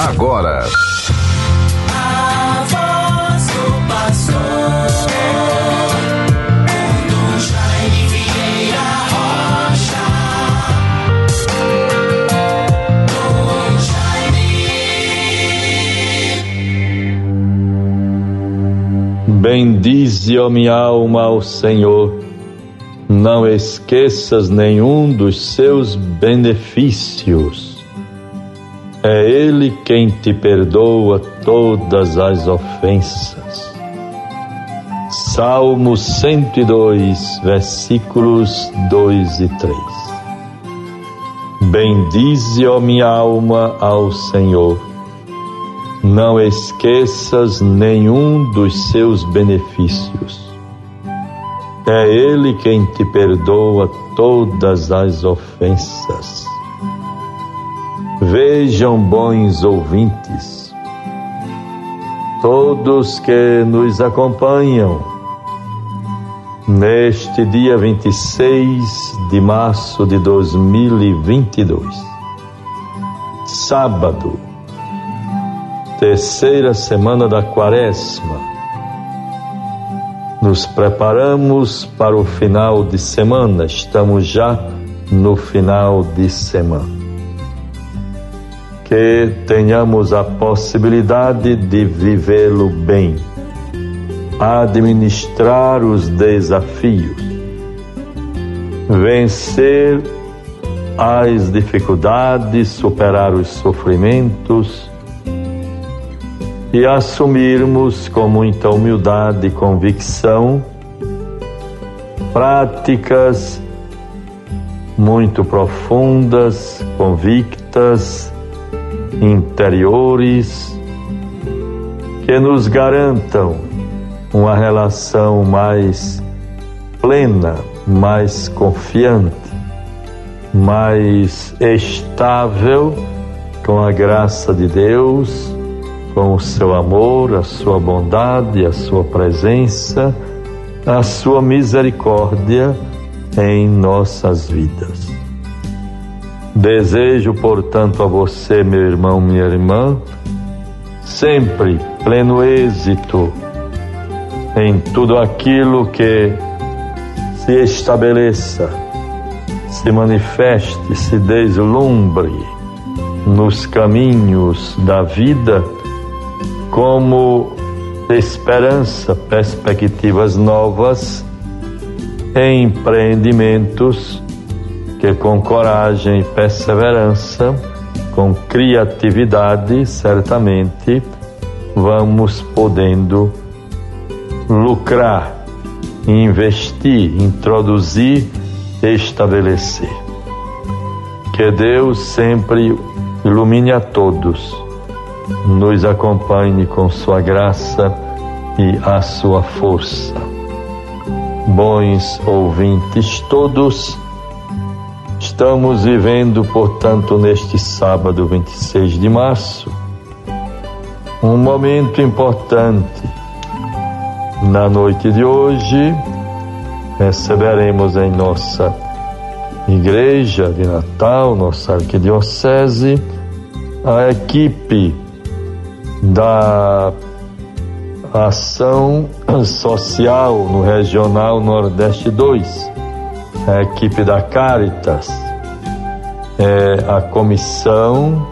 agora. A voz do pastor, Dom Jaime Vieira Rocha. Dom Jaime. Bendize, ó minha alma, ao Senhor. Não esqueças nenhum dos seus benefícios. É Ele quem te perdoa todas as ofensas. Salmo 102, versículos 2 e 3. Bendize, ó minha alma, ao Senhor. Não esqueças nenhum dos seus benefícios. É Ele quem te perdoa todas as ofensas. Vejam, bons ouvintes, todos que nos acompanham neste dia 26 de março de 2022, sábado, terceira semana da Quaresma. Nos preparamos para o final de semana, estamos já no final de semana. Que tenhamos a possibilidade de vivê-lo bem, administrar os desafios, vencer as dificuldades, superar os sofrimentos e assumirmos com muita humildade e convicção práticas muito profundas, convictas, interiores, que nos garantam uma relação mais plena, mais confiante, mais estável com a graça de Deus, com o seu amor, a sua bondade, a sua presença, a sua misericórdia em nossas vidas. Desejo, portanto, a você, meu irmão, minha irmã, sempre pleno êxito em tudo aquilo que se estabeleça, se manifeste, se deslumbre nos caminhos da vida como esperança, perspectivas novas, empreendimentos que com coragem e perseverança, com criatividade, certamente vamos podendo lucrar, investir, introduzir, estabelecer. Que Deus sempre ilumine a todos, nos acompanhe com sua graça e a sua força. Bons ouvintes todos, estamos vivendo, portanto, neste sábado 26 de março, um momento importante. Na noite de hoje, receberemos em nossa igreja de Natal, nossa arquidiocese, a equipe da Ação Social no Regional Nordeste 2, a equipe da Caritas, a comissão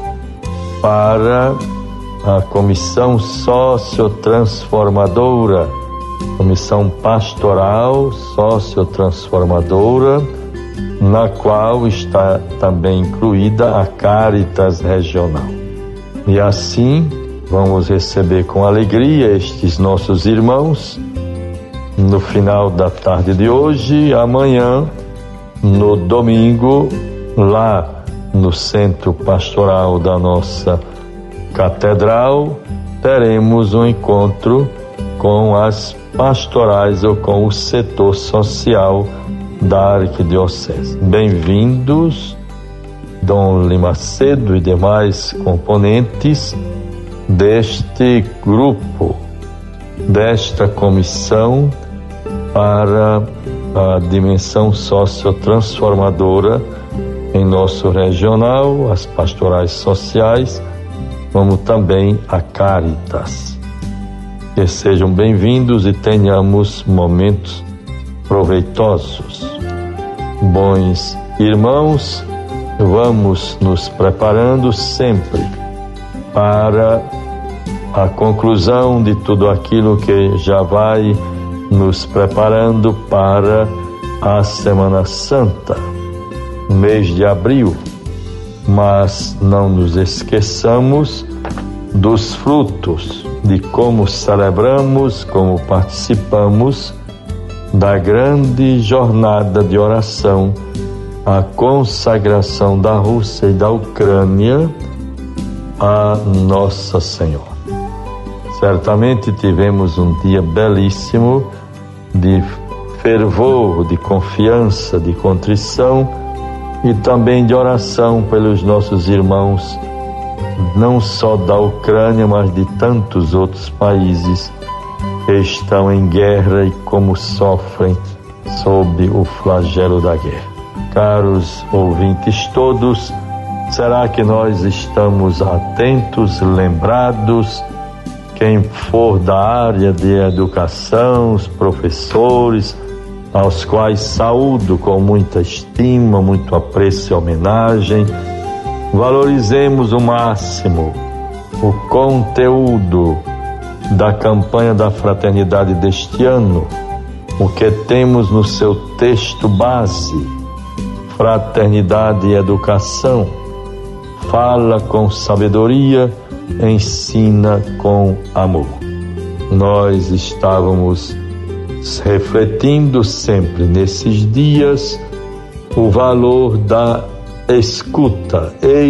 a comissão sociotransformadora, comissão pastoral sociotransformadora, na qual está também incluída a Caritas Regional. E assim vamos receber com alegria estes nossos irmãos no final da tarde de hoje e amanhã, no domingo, lá no centro pastoral da nossa catedral, teremos um encontro com as pastorais ou com o setor social da arquidiocese. Bem-vindos, Dom Limacedo e demais componentes deste grupo, desta comissão para a dimensão sociotransformadora em nosso regional, as pastorais sociais, como também a Caritas. Que sejam bem-vindos e tenhamos momentos proveitosos. Bons irmãos, vamos nos preparando sempre para a conclusão de tudo aquilo que já vai nos preparando para a Semana Santa, mês de abril. Mas não nos esqueçamos dos frutos, de como celebramos, como participamos da grande jornada de oração, a consagração da Rússia e da Ucrânia a Nossa Senhora. Certamente tivemos um dia belíssimo de fervor, de confiança, de contrição e também de oração pelos nossos irmãos, não só da Ucrânia, mas de tantos outros países que estão em guerra e como sofrem sob o flagelo da guerra. Caros ouvintes todos, será que nós estamos atentos, lembrados? Quem for da área de educação, os professores, aos quais saúdo com muita estima, muito apreço e homenagem, valorizemos o máximo o conteúdo da campanha da fraternidade deste ano, o que temos no seu texto base, Fraternidade e Educação, fala com sabedoria, ensina com amor. Nós estávamos refletindo sempre nesses dias o valor da escutar.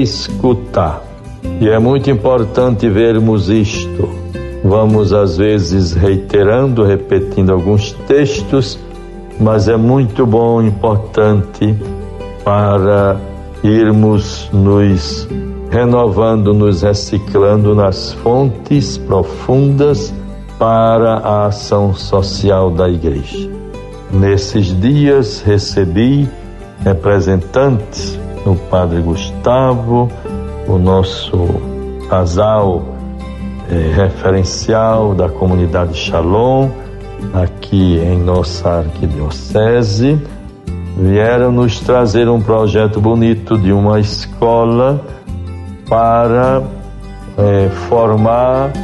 E é muito importante vermos isto. Vamos às vezes reiterando, repetindo alguns textos, mas é muito bom, importante para irmos nos renovando, nos reciclando nas fontes profundas para a ação social da Igreja. Nesses dias recebi representantes, o Padre Gustavo, o nosso casal referencial da comunidade Shalom, aqui em nossa arquidiocese, vieram nos trazer um projeto bonito de uma escola para formar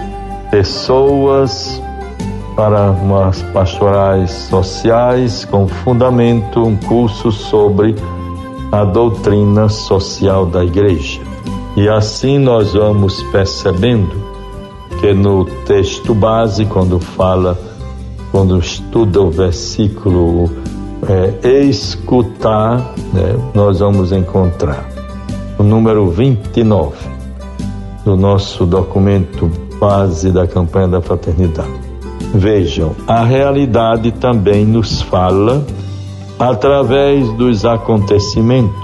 pessoas para umas pastorais sociais com fundamento, um curso sobre a doutrina social da Igreja. E assim nós vamos percebendo que no texto base, quando estuda o versículo escutar, nós vamos encontrar o número 29 do nosso documento base da campanha da fraternidade. Vejam, a realidade também nos fala através dos acontecimentos,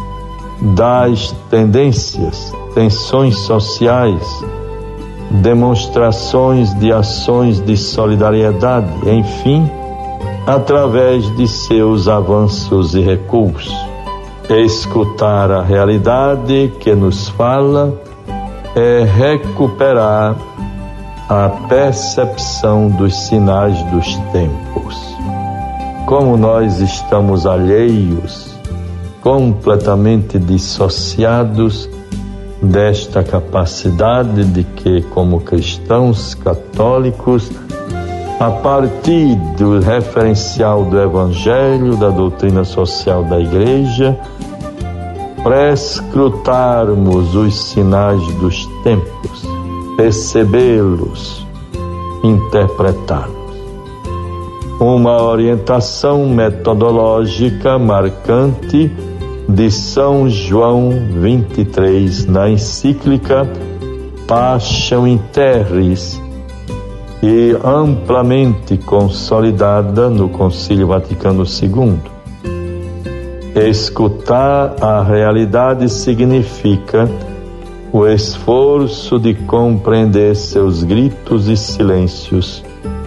das tendências, tensões sociais, demonstrações de ações de solidariedade, enfim, através de seus avanços e recuos. Escutar a realidade que nos fala é recuperar a percepção dos sinais dos tempos. Como nós estamos alheios, completamente dissociados desta capacidade de que, como cristãos católicos, a partir do referencial do Evangelho, da doutrina social da Igreja, prescrutarmos os sinais dos tempos, percebê-los, interpretá-los. Uma orientação metodológica marcante de São João 23 na encíclica Pacem in Terris e amplamente consolidada no Concílio Vaticano II. Escutar a realidade significa o esforço de compreender seus gritos e silêncios,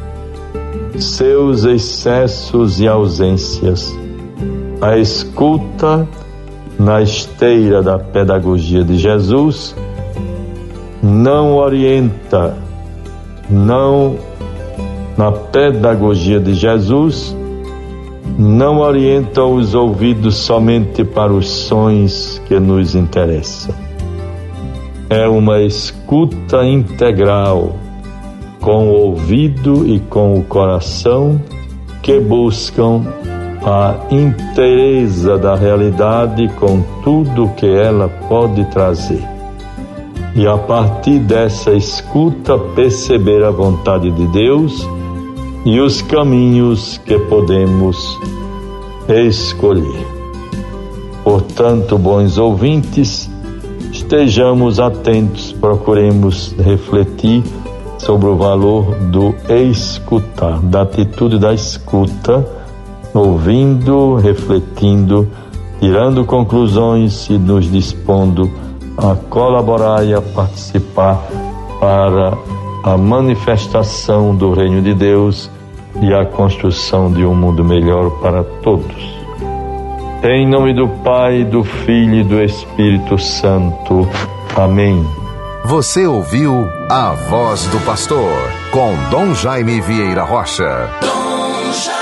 seus excessos e ausências. A escuta na esteira da pedagogia de Jesus não orienta, não na pedagogia de Jesus, não orienta os ouvidos somente para os sons que nos interessam. É uma escuta integral, com o ouvido e com o coração, que buscam a inteireza da realidade com tudo que ela pode trazer. E a partir dessa escuta perceber a vontade de Deus e os caminhos que podemos escolher. Portanto, bons ouvintes, estejamos atentos, procuremos refletir sobre o valor do escutar, da atitude da escuta, ouvindo, refletindo, tirando conclusões e nos dispondo a colaborar e a participar para a manifestação do reino de Deus e a construção de um mundo melhor para todos. Em nome do Pai, do Filho e do Espírito Santo. Amém. Você ouviu A Voz do Pastor, com Dom Jaime Vieira Rocha. Dom Jaime.